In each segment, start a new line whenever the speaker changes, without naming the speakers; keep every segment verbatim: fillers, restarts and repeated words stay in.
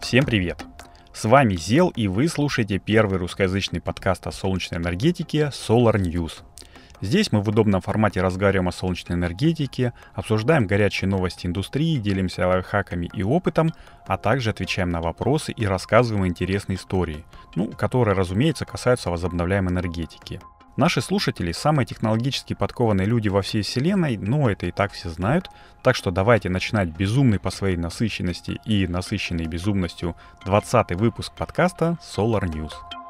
Всем привет! С вами Зел, и вы слушаете первый русскоязычный подкаст о солнечной энергетике Solar News. Здесь мы в удобном формате разговариваем о солнечной энергетике, обсуждаем горячие новости индустрии, делимся лайфхаками и опытом, а также отвечаем на вопросы и рассказываем интересные истории, ну, которые, разумеется, касаются возобновляемой энергетики. Наши слушатели — самые технологически подкованные люди во всей вселенной, но это и так все знают, так что давайте начинать безумный по своей насыщенности и насыщенный безумностью двадцатый выпуск подкаста Solar News.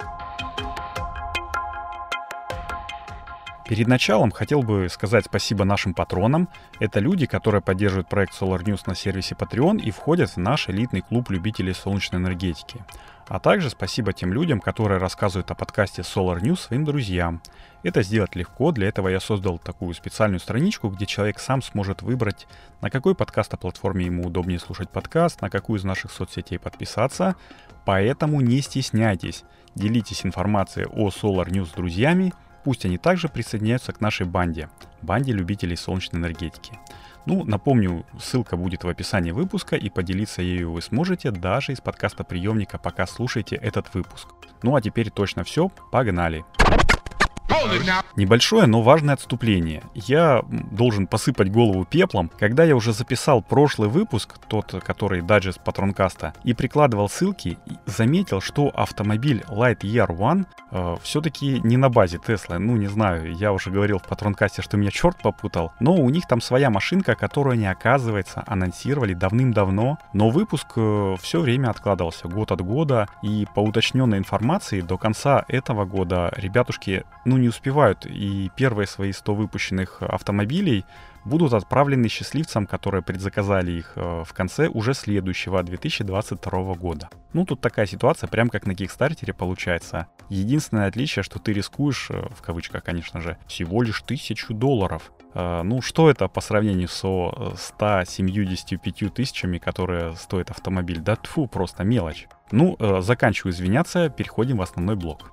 Перед началом хотел бы сказать спасибо нашим патронам. Это люди, которые поддерживают проект Solar News на сервисе Patreon и входят в наш элитный клуб любителей солнечной энергетики. А также спасибо тем людям, которые рассказывают о подкасте Solar News своим друзьям. Это сделать легко, для этого я создал такую специальную страничку, где человек сам сможет выбрать, на какой подкаст-платформе ему удобнее слушать подкаст, на какую из наших соцсетей подписаться. Поэтому не стесняйтесь, делитесь информацией о Solar News с друзьями, пусть они также присоединяются к нашей банде, банде любителей солнечной энергетики. Ну, напомню, ссылка будет в описании выпуска, и поделиться ею вы сможете даже из подкаста-приемника, пока слушаете этот выпуск. Ну а теперь точно все, погнали! Небольшое, но важное отступление. Я должен посыпать голову пеплом. Когда я уже записал прошлый выпуск, тот, который Digest Патронкаста, и прикладывал ссылки, заметил, что автомобиль Lightyear One э, все-таки не на базе Tesla. Ну, не знаю, я уже говорил в Патронкасте, что меня черт попутал. Но у них там своя машинка, которую они, оказывается, анонсировали давным-давно. Но выпуск э, все время откладывался, год от года. И по уточненной информации, до конца этого года ребятушки, ну, не успевают, и первые свои сто выпущенных автомобилей будут отправлены счастливцам, которые предзаказали их в конце уже следующего, две тысячи двадцать второго года. Ну, тут такая ситуация, прям как на Кикстартере получается. Единственное отличие, что ты рискуешь, в кавычках, конечно же, всего лишь тысячу долларов. Ну, что это по сравнению со ста семьюдесятью пятью тысячами, которые стоит автомобиль? Да тьфу, просто мелочь. Ну, заканчиваю извиняться, переходим в основной блок.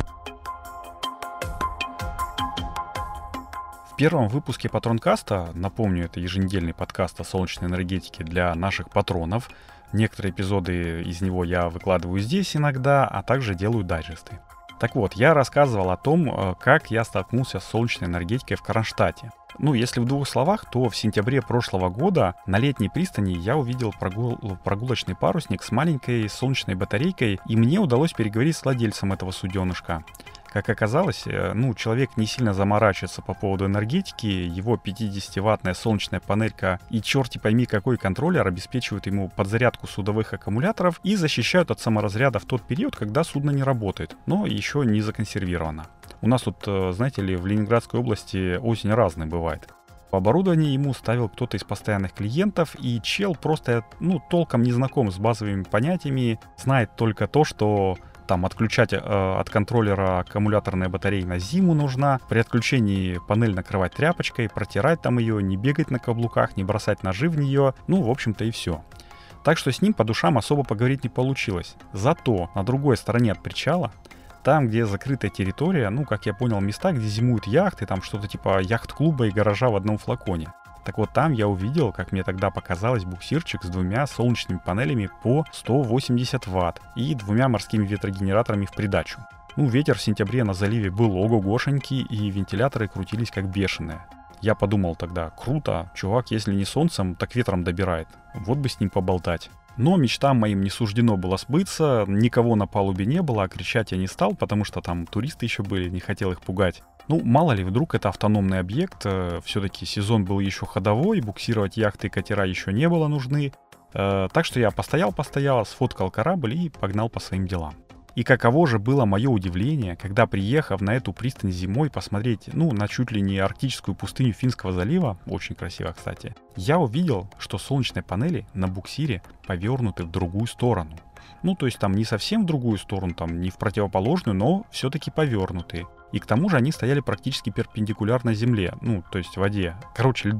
В первом выпуске Патронкаста, напомню, это еженедельный подкаст о солнечной энергетике для наших патронов. Некоторые эпизоды из него я выкладываю здесь иногда, а также делаю дайджесты. Так вот, я рассказывал о том, как я столкнулся с солнечной энергетикой в Кронштадте. Ну, если в двух словах, то в сентябре прошлого года на летней пристани я увидел прогул... прогулочный парусник с маленькой солнечной батарейкой, и мне удалось переговорить с владельцем этого суденышка. Как оказалось, ну, человек не сильно заморачивается по поводу энергетики, его пятидесятиваттная солнечная панелька и черти пойми какой контроллер обеспечивают ему подзарядку судовых аккумуляторов и защищают от саморазряда в тот период, когда судно не работает, но еще не законсервировано. У нас тут, знаете ли, в Ленинградской области осень разная бывает. Оборудование ему ставил кто-то из постоянных клиентов, и чел просто, ну, толком не знаком с базовыми понятиями, знает только то, что там отключать э, от контроллера аккумуляторные батареи на зиму нужна, при отключении панель накрывать тряпочкой, протирать там ее, не бегать на каблуках, не бросать ножи в нее, ну, в общем-то, и все. Так что с ним по душам особо поговорить не получилось. Зато на другой стороне от причала, там, где закрытая территория, ну, как я понял, места, где зимуют яхты, там что-то типа яхт-клуба и гаража в одном флаконе. Так вот, там я увидел, как мне тогда показалось, буксирчик с двумя солнечными панелями по сто восемьдесят ватт и двумя морскими ветрогенераторами в придачу. Ну, ветер в сентябре на заливе был ого-гошенький, и вентиляторы крутились как бешеные. Я подумал тогда, круто, чувак, если не солнцем, так ветром добирает. Вот бы с ним поболтать. Но мечтам моим не суждено было сбыться, никого на палубе не было, а кричать я не стал, потому что там туристы еще были, не хотел их пугать. Ну, мало ли, вдруг это автономный объект, все-таки сезон был еще ходовой, буксировать яхты и катера еще не было нужны. Так что я постоял-постоял, сфоткал корабль и погнал по своим делам. И каково же было мое удивление, когда, приехав на эту пристань зимой посмотреть, ну, на чуть ли не арктическую пустыню Финского залива, очень красиво, кстати, я увидел, что солнечные панели на буксире повернуты в другую сторону. Ну, то есть там не совсем в другую сторону, там не в противоположную, но все-таки повернутые. И к тому же они стояли практически перпендикулярно земле, ну, то есть воде, короче, льду.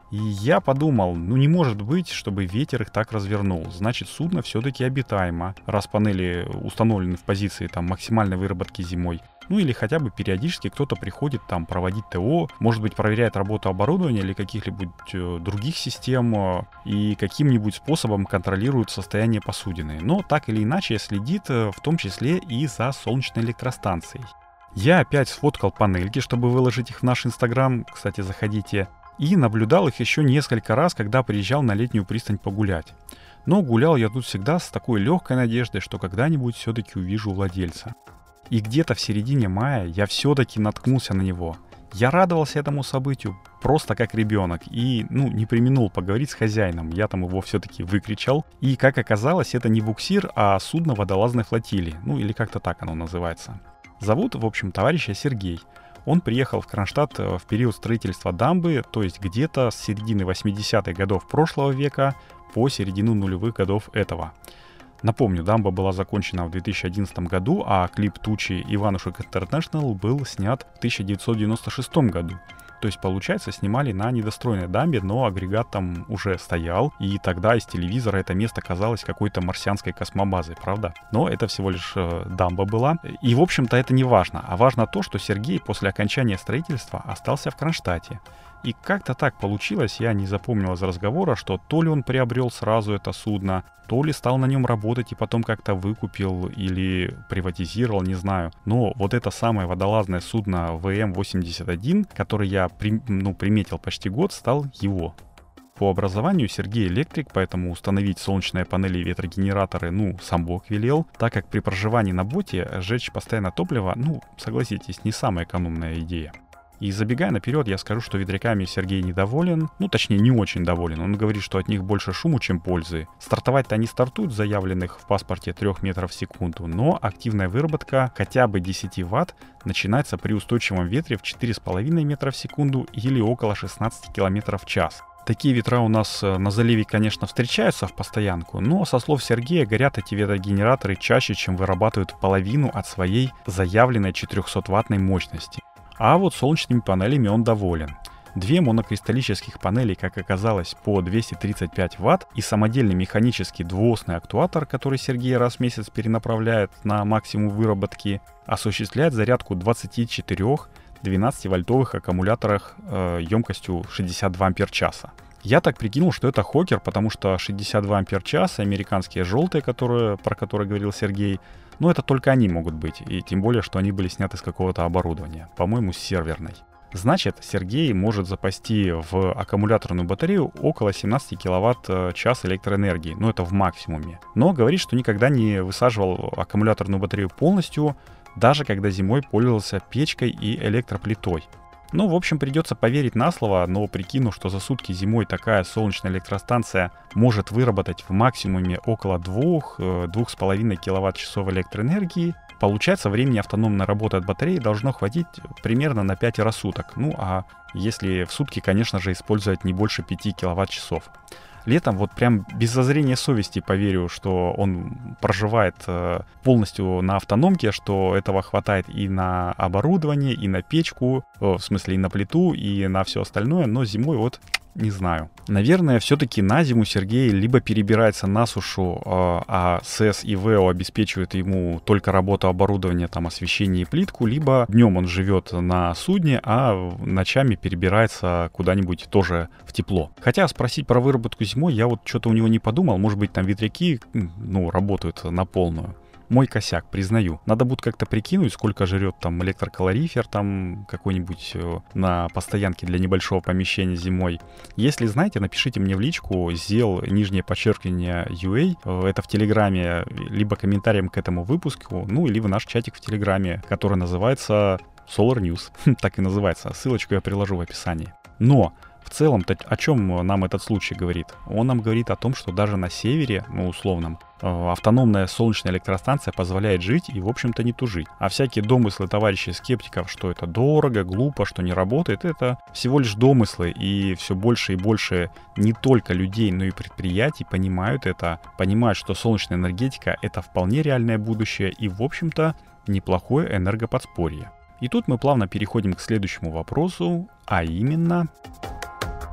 И я подумал, ну не может быть, чтобы ветер их так развернул. Значит, судно все-таки обитаемо, раз панели установлены в позиции там, максимальной выработки зимой. Ну или хотя бы периодически кто-то приходит там проводить ТО, может быть проверяет работу оборудования или каких-либо э, других систем э, и каким-нибудь способом контролирует состояние посудины. Но так или иначе следит э, в том числе и за солнечной электростанцией. Я опять сфоткал панельки, чтобы выложить их в наш инстаграм, кстати, заходите. И наблюдал их еще несколько раз, когда приезжал на летнюю пристань погулять. Но гулял я тут всегда с такой легкой надеждой, что когда-нибудь все-таки увижу владельца. И где-то в середине мая я все-таки наткнулся на него. Я радовался этому событию просто как ребенок и, ну, не преминул поговорить с хозяином. Я там его все-таки выкричал. И, как оказалось, это не буксир, а судно водолазной флотилии. Ну, или как-то так оно называется. Зовут, в общем, товарища Сергей. Он приехал в Кронштадт в период строительства дамбы, то есть где-то с середины восьмидесятых годов прошлого века по середину нулевых годов этого. Напомню, дамба была закончена в две тысячи одиннадцатом году, а клип «Тучи» Иванушек Интернешнл был снят в тысяча девятьсот девяносто шестом году. То есть, получается, снимали на недостроенной дамбе, но агрегат там уже стоял, и тогда из телевизора это место казалось какой-то марсианской космобазой, правда? Но это всего лишь э, дамба была. И, в общем-то, это не важно. А важно то, что Сергей после окончания строительства остался в Кронштадте. И как-то так получилось, я не запомнил из разговора, что то ли он приобрел сразу это судно, то ли стал на нем работать и потом как-то выкупил или приватизировал, не знаю. Но вот это самое водолазное судно вэ эм восемьдесят один, которое я при, ну, приметил почти год, стал его. По образованию Сергей электрик, поэтому установить солнечные панели и ветрогенераторы, ну, сам Бог велел, так как при проживании на боте сжечь постоянно топливо, ну, согласитесь, не самая экономная идея. И забегая наперед, я скажу, что ветряками Сергей недоволен, ну точнее не очень доволен. Он говорит, что от них больше шуму, чем пользы. Стартовать-то они стартуют заявленных в паспорте трех метров в секунду, но активная выработка хотя бы десять ватт начинается при устойчивом ветре в четыре с половиной метра в секунду или около шестнадцать километров в час. Такие ветра у нас на заливе, конечно, встречаются в постоянку, но, со слов Сергея, горят эти ветрогенераторы чаще, чем вырабатывают половину от своей заявленной четырехсотваттной мощности. А вот солнечными панелями он доволен. Две монокристаллических панели, как оказалось, по двести тридцать пять ватт и самодельный механический двуосный актуатор, который Сергей раз в месяц перенаправляет на максимум выработки, осуществляет зарядку двадцати четырёх двенадцативольтовых аккумуляторах э, емкостью шестьдесят два ампер-часа. Я так прикинул, что это хокер, потому что шестьдесят два ампер-часа, американские желтые, которые, про которые говорил Сергей, ну это только они могут быть, и тем более, что они были сняты с какого-то оборудования, по-моему, с серверной. Значит, Сергей может запасти в аккумуляторную батарею около семнадцать киловатт-час электроэнергии, ну это в максимуме. Но говорит, что никогда не высаживал аккумуляторную батарею полностью, даже когда зимой пользовался печкой и электроплитой. Ну, в общем, придется поверить на слово, но прикину, что за сутки зимой такая солнечная электростанция может выработать в максимуме около двух-двух с половиной киловатт-часов электроэнергии. Получается, времени автономной работы от батареи должно хватить примерно на пятеро суток. Ну, а если в сутки, конечно же, использовать не больше пяти киловатт-часов. Летом вот прям без зазрения совести поверю, что он проживает э, полностью на автономке, что этого хватает и на оборудование, и на печку, э, в смысле и на плиту, и на все остальное, но зимой вот не знаю. Наверное, все-таки на зиму Сергей либо перебирается на сушу, э, а СЭС и ВЭО обеспечивают ему только работу оборудования, там, освещение и плитку, либо днем он живет на судне, а ночами перебирается куда-нибудь тоже в тепло. Хотя спросить про выработку зимой я вот что-то у него не подумал, может быть там ветряки, ну, работают на полную. Мой косяк, признаю. Надо будет как-то прикинуть, сколько жрет там электрокалорифер там какой-нибудь на постоянке для небольшого помещения зимой. Если знаете, напишите мне в личку зел нижнее подчеркивание ю эй, это в Телеграме, либо комментарием к этому выпуску, ну или в наш чатик в Телеграме, который называется Solar News. Так и называется. Ссылочку я приложу в описании. Но в целом-то о чем нам этот случай говорит? Он нам говорит о том, что даже на севере, ну условном, автономная солнечная электростанция позволяет жить и, в общем-то, не тужить. А всякие домыслы товарищей скептиков, что это дорого, глупо, что не работает, это всего лишь домыслы. И все больше и больше не только людей, но и предприятий понимают это, понимают, что солнечная энергетика — это вполне реальное будущее и, в общем-то, неплохое энергоподспорье. И тут мы плавно переходим к следующему вопросу, а именно...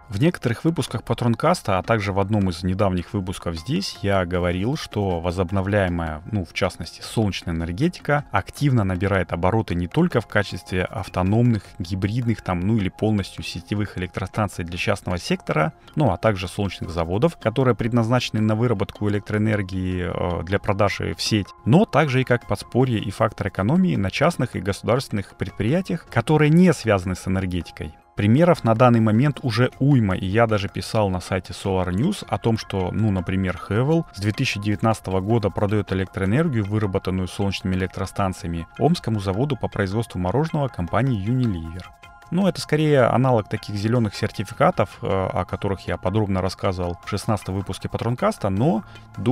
В некоторых выпусках Патронкаста, а также в одном из недавних выпусков здесь, я говорил, что возобновляемая, ну, в частности, солнечная энергетика активно набирает обороты не только в качестве автономных, гибридных, там, ну или полностью сетевых электростанций для частного сектора, ну, а также солнечных заводов, которые предназначены на выработку электроэнергии э, для продажи в сеть, но также и как подспорье и фактор экономии на частных и государственных предприятиях, которые не связаны с энергетикой. Примеров на данный момент уже уйма, и я даже писал на сайте Solar News о том, что, ну, например, Хевел с две тысячи девятнадцатого года продает электроэнергию, выработанную солнечными электростанциями, Омскому заводу по производству мороженого компании Unilever. Ну, это скорее аналог таких зеленых сертификатов, о которых я подробно рассказывал в шестнадцатом выпуске Патронкаста, но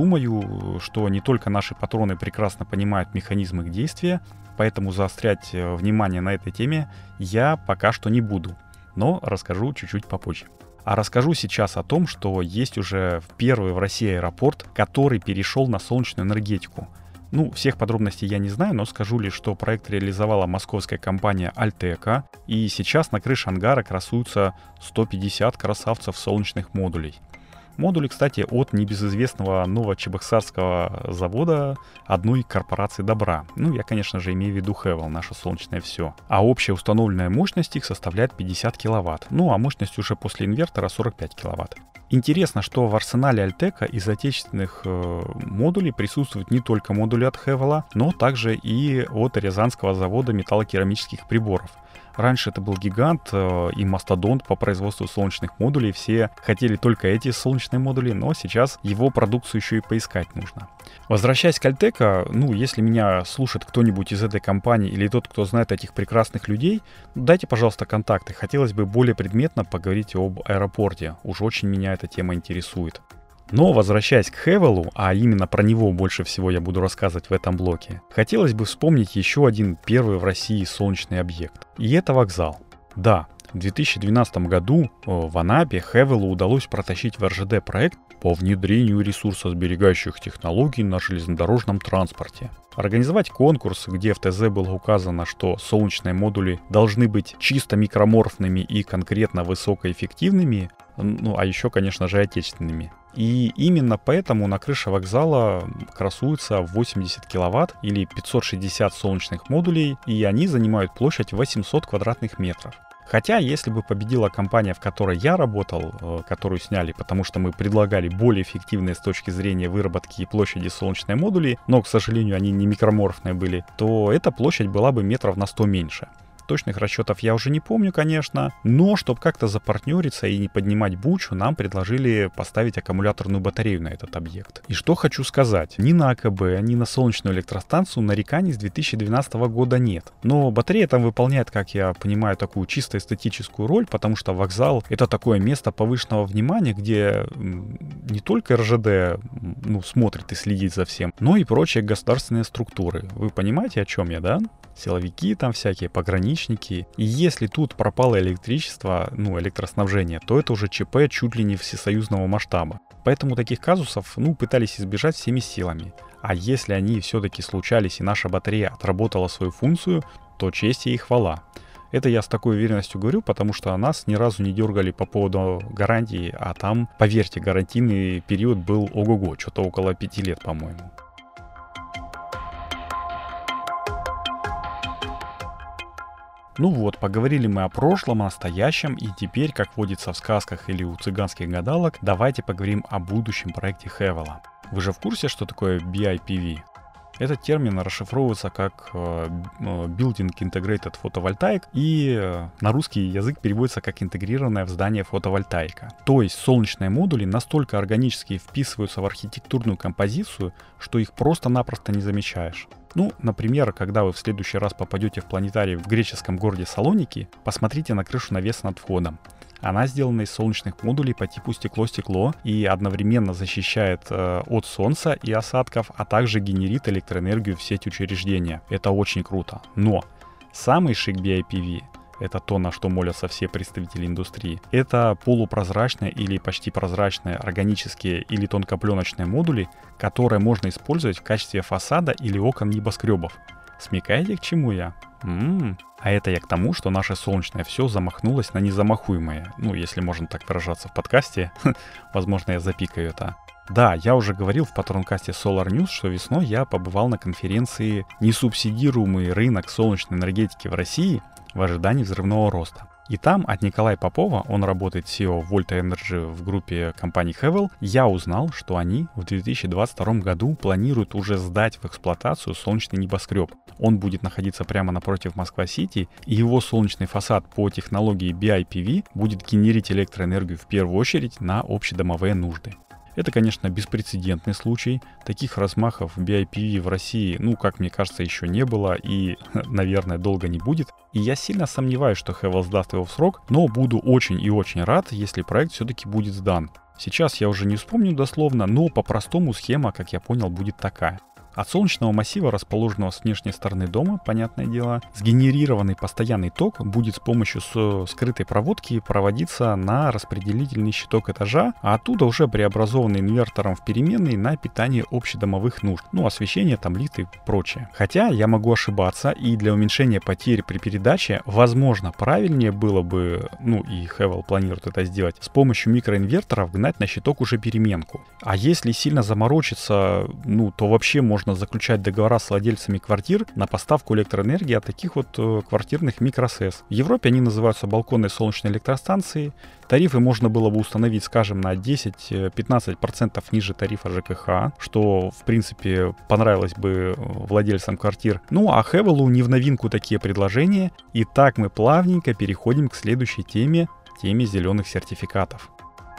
думаю, что не только наши патроны прекрасно понимают механизм их действия, поэтому заострять внимание на этой теме я пока что не буду. Но расскажу чуть-чуть попозже. А расскажу сейчас о том, что есть уже первый в России аэропорт, который перешел на солнечную энергетику. Ну, всех подробностей я не знаю, но скажу лишь, что проект реализовала московская компания Альтека, и сейчас на крыше ангара красуются сто пятьдесят красавцев солнечных модулей. Модули, кстати, от небезызвестного новочебоксарского завода одной корпорации добра. Ну, я, конечно же, имею в виду Хевел, наше солнечное все. А общая установленная мощность их составляет пятьдесят киловатт. Ну, а мощность уже после инвертора сорок пять киловатт. Интересно, что в арсенале Альтека из отечественных э, модулей присутствуют не только модули от Хевела, но также и от Рязанского завода металлокерамических приборов. Раньше это был гигант э, и мастодонт по производству солнечных модулей. Все хотели только эти солнечные модули, но сейчас его продукцию еще и поискать нужно. Возвращаясь к Альтека, ну, если меня слушает кто-нибудь из этой компании или тот, кто знает этих прекрасных людей, дайте, пожалуйста, контакты. Хотелось бы более предметно поговорить об аэропорте. Уж очень меня эта тема интересует. Но возвращаясь к Хевелу, а именно про него больше всего я буду рассказывать в этом блоке, хотелось бы вспомнить еще один первый в России солнечный объект. И это вокзал. Да, в две тысячи двенадцатом году в Анапе Хевелу удалось протащить в эр жэ дэ проект по внедрению ресурсосберегающих технологий на железнодорожном транспорте. Организовать конкурс, где в тэ зэ было указано, что солнечные модули должны быть чисто микроморфными и конкретно высокоэффективными, ну а еще, конечно же, отечественными. И именно поэтому на крыше вокзала красуются восемьдесят киловатт или пятьсот шестьдесят солнечных модулей, и они занимают площадь восемьсот квадратных метров. Хотя, если бы победила компания, в которой я работал, которую сняли, потому что мы предлагали более эффективные с точки зрения выработки и площади солнечные модули, но, к сожалению, они не микроморфные были, то эта площадь была бы метров на сто меньше. Точных расчетов я уже не помню, конечно, но чтобы как-то запартнериться и не поднимать бучу, нам предложили поставить аккумуляторную батарею на этот объект. И что хочу сказать, ни на а ка бэ, ни на солнечную электростанцию нареканий с две тысячи двенадцатого года нет. Но батарея там выполняет, как я понимаю, такую чисто эстетическую роль, потому что вокзал — это такое место повышенного внимания, где не только эр жэ дэ ну, смотрит и следит за всем, но и прочие государственные структуры. Вы понимаете, о чем я, да? Силовики там всякие, пограничники. И если тут пропало электричество, ну, электроснабжение, то это уже ЧП чуть ли не всесоюзного масштаба. Поэтому таких казусов, ну, пытались избежать всеми силами. А если они все-таки случались и наша батарея отработала свою функцию, то честь ей и хвала. Это я с такой уверенностью говорю, потому что нас ни разу не дергали по поводу гарантии, а там, поверьте, гарантийный период был ого-го, что-то около пяти лет, по-моему. Ну вот, поговорили мы о прошлом, о настоящем, и теперь, как водится в сказках или у цыганских гадалок, давайте поговорим о будущем проекте Хевела. Вы же в курсе, что такое би ай пи ви? Этот термин расшифровывается как Building Integrated Photovoltaic и на русский язык переводится как интегрированная в здание фотовольтаика. То есть солнечные модули настолько органически вписываются в архитектурную композицию, что их просто-напросто не замечаешь. Ну, например, когда вы в следующий раз попадете в планетарий в греческом городе Салоники, посмотрите на крышу навеса над входом. Она сделана из солнечных модулей по типу стекло-стекло и одновременно защищает э, от солнца и осадков, а также генерит электроэнергию в сеть учреждения. Это очень круто. Но самый шик би ай пи ви — это то, на что молятся все представители индустрии. Это полупрозрачные или почти прозрачные органические или тонкопленочные модули, которые можно использовать в качестве фасада или окон небоскребов. Смекаете, к чему я? М-м. А это я к тому, что наше солнечное все замахнулось на незамахуемое. Ну, если можно так выражаться в подкасте. Возможно, я запикаю это. Да, я уже говорил в патронкасте Solar News, что весной я побывал на конференции «Несубсидируемый рынок солнечной энергетики в России в ожидании взрывного роста». И там от Николая Попова, он работает си и о Volta Energy в группе компании Havel, я узнал, что они в две тысячи двадцать втором году планируют уже сдать в эксплуатацию солнечный небоскреб. Он будет находиться прямо напротив Москва-Сити, и его солнечный фасад по технологии би ай пи ви будет генерить электроэнергию в первую очередь на общедомовые нужды. Это, конечно, беспрецедентный случай. Таких размахов би ай пи ви в России, ну, как мне кажется, еще не было и, наверное, долго не будет. И я сильно сомневаюсь, что Havel сдаст его в срок, но буду очень и очень рад, если проект все-таки будет сдан. Сейчас я уже не вспомню дословно, но по-простому схема, как я понял, будет такая. От солнечного массива, расположенного с внешней стороны дома, понятное дело, сгенерированный постоянный ток будет с помощью скрытой проводки проводиться на распределительный щиток этажа, а оттуда уже преобразованный инвертором в переменный на питание общедомовых нужд, ну, освещение, там, лифты и прочее. Хотя я могу ошибаться, и для уменьшения потерь при передаче, возможно, правильнее было бы, ну, и Havel планирует это сделать, с помощью микроинвертора вгнать на щиток уже переменку. А если сильно заморочиться, ну, то вообще можно заключать договора с владельцами квартир на поставку электроэнергии от таких вот э, квартирных микросэс. В Европе они называются балконные солнечные электростанции. Тарифы можно было бы установить, скажем, на десять-пятнадцать процентов ниже тарифа ЖКХ, что, в принципе, понравилось бы владельцам квартир. Ну, а Havel'у не в новинку такие предложения. И так мы плавненько переходим к следующей теме, теме зеленых сертификатов.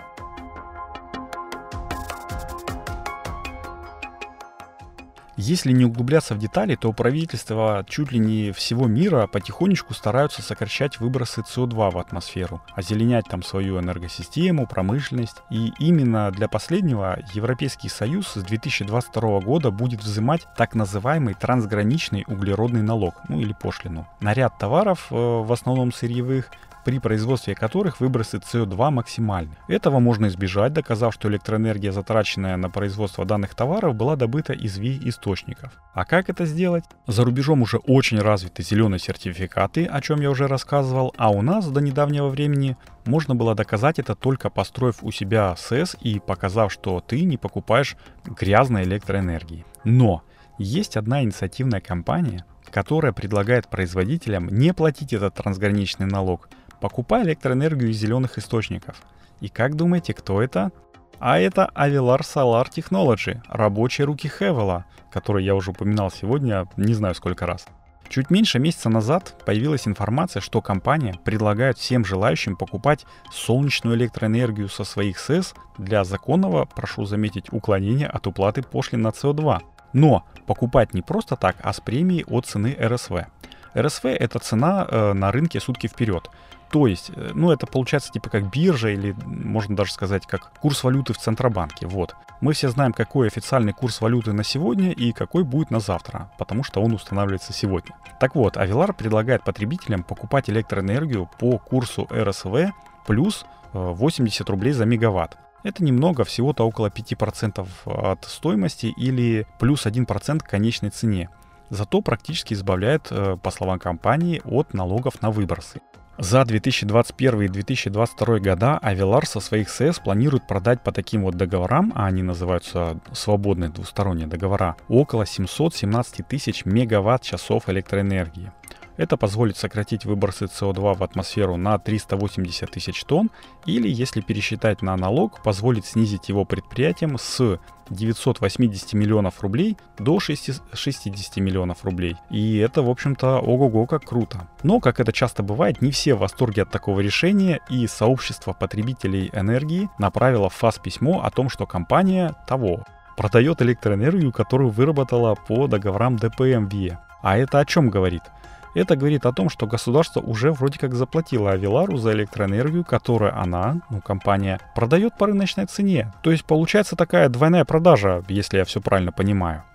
Если не углубляться в детали, то правительства чуть ли не всего мира потихонечку стараются сокращать выбросы си о два в атмосферу, озеленять там свою энергосистему, промышленность. И именно для последнего Европейский Союз с две тысячи двадцать второго года будет взимать так называемый трансграничный углеродный налог, ну или пошлину, на ряд товаров, в основном сырьевых, при производстве которых выбросы си о два максимальны. Этого можно избежать, доказав, что электроэнергия, затраченная на производство данных товаров, была добыта из ви источников. А как это сделать? За рубежом уже очень развиты зеленые сертификаты, о чем я уже рассказывал, а у нас до недавнего времени можно было доказать это, только построив у себя СЭС и показав, что ты не покупаешь грязной электроэнергии. Но есть одна инициативная компания, которая предлагает производителям не платить этот трансграничный налог, покупая электроэнергию из зеленых источников. И как думаете, кто это? А это Avelar Solar Technology, рабочие руки Havel'а, которые я уже упоминал сегодня не знаю сколько раз. Чуть меньше месяца назад появилась информация, что компания предлагает всем желающим покупать солнечную электроэнергию со своих СЭС для законного, прошу заметить, уклонения от уплаты пошлин на си о два. Но покупать не просто так, а с премией от цены эр эс вэ. эр эс вэ — это цена э, на рынке сутки вперед. То есть, ну, это получается типа как биржа или, можно даже сказать, как курс валюты в Центробанке. Вот. Мы все знаем, какой официальный курс валюты на сегодня и какой будет на завтра, потому что он устанавливается сегодня. Так вот, Avelar предлагает потребителям покупать электроэнергию по курсу эр эс вэ плюс восемьдесят рублей за мегаватт. Это немного, всего-то около пять процентов от стоимости или плюс один процент к конечной цене. Зато практически избавляет, по словам компании, от налогов на выбросы. За две тысячи двадцать первый и две тысячи двадцать второй года Avelar со своих СЭС планирует продать по таким вот договорам, а они называются свободные двусторонние договора, около семьсот семнадцать тысяч мегаватт-часов электроэнергии. Это позволит сократить выбросы си о два в атмосферу на триста восемьдесят тысяч тонн, или, если пересчитать на налог, позволит снизить его предприятиям с девятисот восьмидесяти миллионов рублей до шестидесяти миллионов рублей. И это, в общем-то, ого-го как круто. Но, как это часто бывает, не все в восторге от такого решения, и сообщество потребителей энергии направило в ФАС письмо о том, что компания того продает электроэнергию, которую выработала по договорам дэ пэ эм ви и. А это о чем говорит? Это говорит о том, что государство уже вроде как заплатило Avelar за электроэнергию, которую она, ну, компания, продает по рыночной цене. То есть получается такая двойная продажа, если я все правильно понимаю.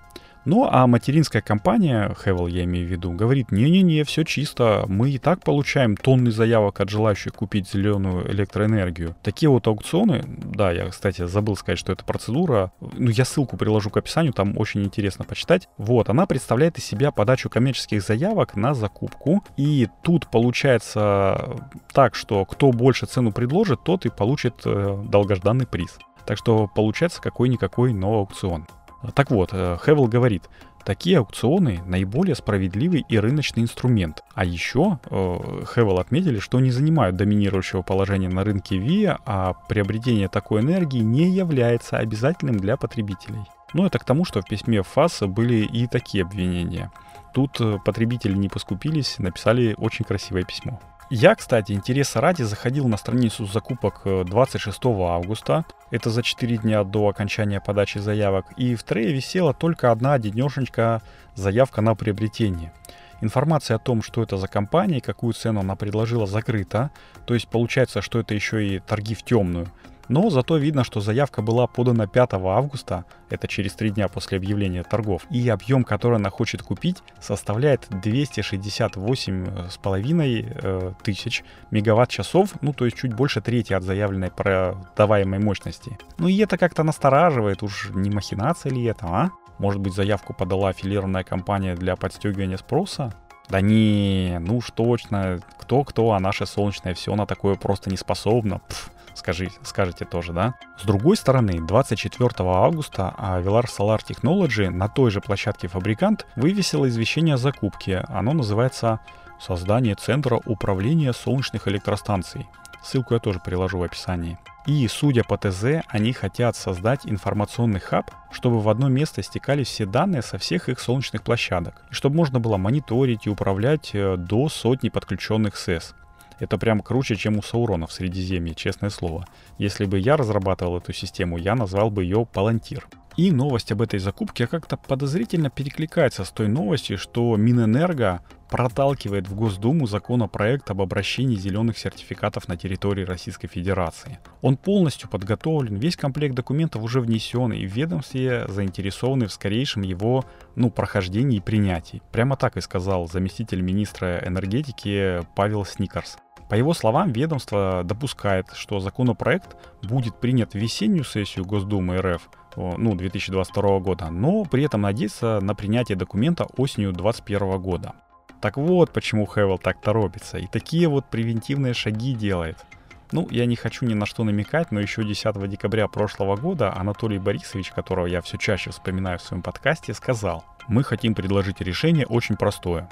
Ну, а материнская компания, Хевел я имею в виду, говорит, не-не-не, все чисто, мы и так получаем тонны заявок от желающих купить зеленую электроэнергию. Такие вот аукционы, да, я, кстати, забыл сказать, что это процедура, ну, я ссылку приложу к описанию, там очень интересно почитать. Вот, она представляет из себя подачу коммерческих заявок на закупку, и тут получается так, что кто больше цену предложит, тот и получит э, долгожданный приз. Так что получается какой-никакой, но аукцион. Так вот, Хевел говорит, такие аукционы наиболее справедливый и рыночный инструмент. А еще Хевел отметили, что не занимают доминирующего положения на рынке ВИА, а приобретение такой энергии не является обязательным для потребителей. Ну это к тому, что в письме ФАС были и такие обвинения. Тут потребители не поскупились, написали очень красивое письмо. Я, кстати, интереса ради заходил на страницу закупок двадцать шестого августа, это за четыре дня до окончания подачи заявок, и в трее висела только одна денешенька заявка на приобретение. Информация о том, что это за компания и какую цену она предложила, закрыта, то есть получается, что это еще и торги в темную. Но зато видно, что заявка была подана пятого августа, это через три дня после объявления торгов, и объем, который она хочет купить, составляет двести шестьдесят восемь с половиной тысяч мегаватт-часов, ну то есть чуть больше трети от заявленной продаваемой мощности. Ну и это как-то настораживает, уж не махинация ли это, а? Может быть, заявку подала аффилированная компания для подстегивания спроса? Да не, ну уж точно, кто-кто, а наше солнечное все на такое просто не способно. Пф. Скажи, скажете тоже, да? С другой стороны, двадцать четвёртого августа Avelar Solar Technology на той же площадке фабрикант вывесила извещение о закупке. Оно называется «Создание центра управления солнечных электростанций». Ссылку я тоже приложу в описании. И, судя по ТЗ, они хотят создать информационный хаб, чтобы в одно место стекались все данные со всех их солнечных площадок, и чтобы можно было мониторить и управлять до сотни подключенных СЭС. Это прям круче, чем у Саурона в Средиземье, честное слово. Если бы я разрабатывал эту систему, я назвал бы ее Палантир. И новость об этой закупке как-то подозрительно перекликается с той новостью, что Минэнерго проталкивает в Госдуму законопроект об обращении зеленых сертификатов на территории Российской Федерации. Он полностью подготовлен, весь комплект документов уже внесен, и в ведомстве заинтересованы в скорейшем его ну, прохождении и принятии. Прямо так и сказал заместитель министра энергетики Павел Сникарс. По его словам, ведомство допускает, что законопроект будет принят в весеннюю сессию Госдумы РФ, ну, две тысячи двадцать второго года, но при этом надеется на принятие документа осенью две тысячи двадцать первого года. Так вот, почему Хевел так торопится и такие вот превентивные шаги делает. Ну, я не хочу ни на что намекать, но еще десятого декабря прошлого года Анатолий Борисович, которого я все чаще вспоминаю в своем подкасте, сказал: «Мы хотим предложить решение очень простое.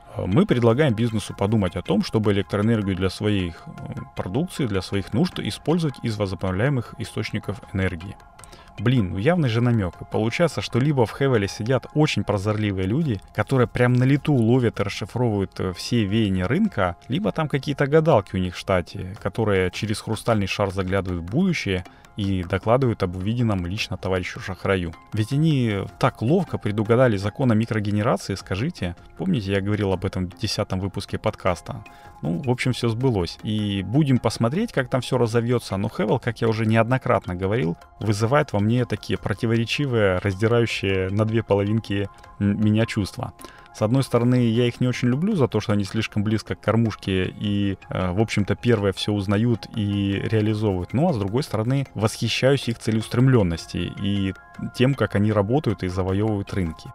Мы предлагаем бизнесу подумать о том, чтобы электроэнергию для своей продукции, для своих нужд использовать из возобновляемых источников энергии». Блин, ну явный же намек. И получается, что либо в Хевеле сидят очень прозорливые люди, которые прям на лету ловят и расшифровывают все веяния рынка, либо там какие-то гадалки у них в штате, которые через хрустальный шар заглядывают в будущее и докладывают об увиденном лично товарищу Шахраю. Ведь они так ловко предугадали закон о микрогенерации, скажите. Помните, я говорил об этом в десятом выпуске подкаста? Ну, в общем, все сбылось. И будем посмотреть, как там все разовьется. Но Хевел, как я уже неоднократно говорил, вызывает во мне такие противоречивые, раздирающие на две половинки меня чувства. С одной стороны, я их не очень люблю за то, что они слишком близко к кормушке и, э, в общем-то, первые все узнают и реализовывают. Ну, а с другой стороны, восхищаюсь их целеустремленности и тем, как они работают и завоевывают рынки.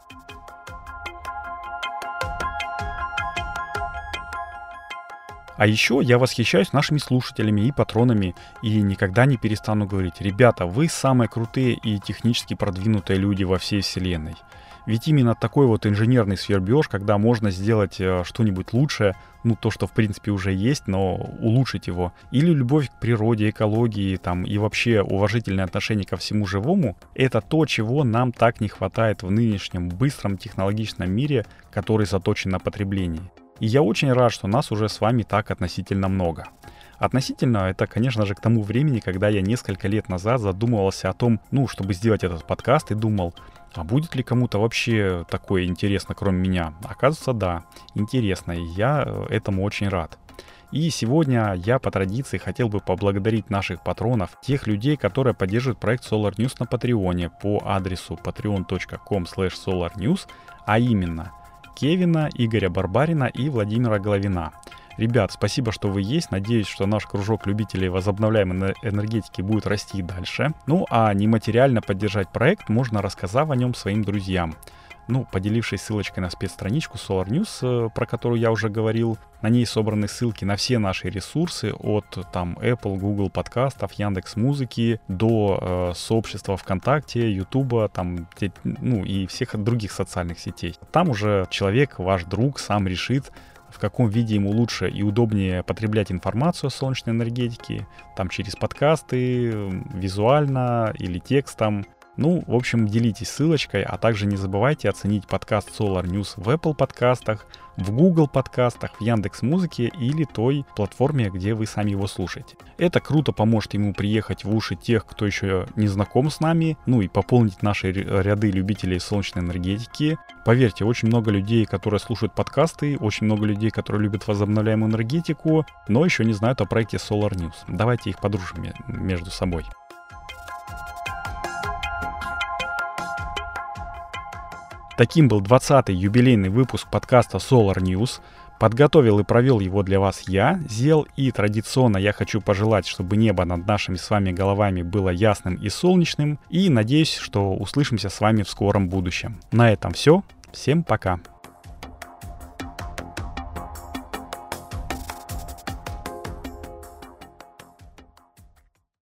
А еще я восхищаюсь нашими слушателями и патронами и никогда не перестану говорить: ребята, вы самые крутые и технически продвинутые люди во всей вселенной. Ведь именно такой вот инженерный свербеж, когда можно сделать что-нибудь лучше, ну то, что в принципе уже есть, но улучшить его, или любовь к природе, экологии там, и вообще уважительное отношение ко всему живому, это то, чего нам так не хватает в нынешнем быстром технологичном мире, который заточен на потребление. И я очень рад, что нас уже с вами так относительно много. Относительно это, конечно же, к тому времени, когда я несколько лет назад задумывался о том, ну, чтобы сделать этот подкаст, и думал, а будет ли кому-то вообще такое интересно, кроме меня? Оказывается, да, интересно, и я этому очень рад. И сегодня я по традиции хотел бы поблагодарить наших патронов, тех людей, которые поддерживают проект Solar News на Патреоне по адресу patreon точка com слэш solar news, а именно Кевина, Игоря Барбарина и Владимира Головина. Ребят, спасибо, что вы есть. Надеюсь, что наш кружок любителей возобновляемой энергетики будет расти и дальше. Ну, а нематериально поддержать проект можно, рассказав о нем своим друзьям. Ну, поделившись ссылочкой на спецстраничку Solar News, про которую я уже говорил. На ней собраны ссылки на все наши ресурсы, от там Apple, Google подкастов, Яндекс.Музыки до э, сообщества ВКонтакте, Ютуба, там, те, ну и всех других социальных сетей. Там уже человек, ваш друг, сам решит, в каком виде ему лучше и удобнее потреблять информацию о солнечной энергетике, там через подкасты, визуально или текстом. Ну, в общем, делитесь ссылочкой, а также не забывайте оценить подкаст Solar News в Apple подкастах, в Google подкастах, в Яндекс.Музыке или той платформе, где вы сами его слушаете. Это круто поможет ему приехать в уши тех, кто еще не знаком с нами, ну и пополнить наши ряды любителей солнечной энергетики. Поверьте, очень много людей, которые слушают подкасты, очень много людей, которые любят возобновляемую энергетику, но еще не знают о проекте Solar News. Давайте их подружим между собой. Таким был двадцатый юбилейный выпуск подкаста Solar News. Подготовил и провел его для вас я, Зел, и традиционно я хочу пожелать, чтобы небо над нашими с вами головами было ясным и солнечным, и надеюсь, что услышимся с вами в скором будущем. На этом все. Всем пока.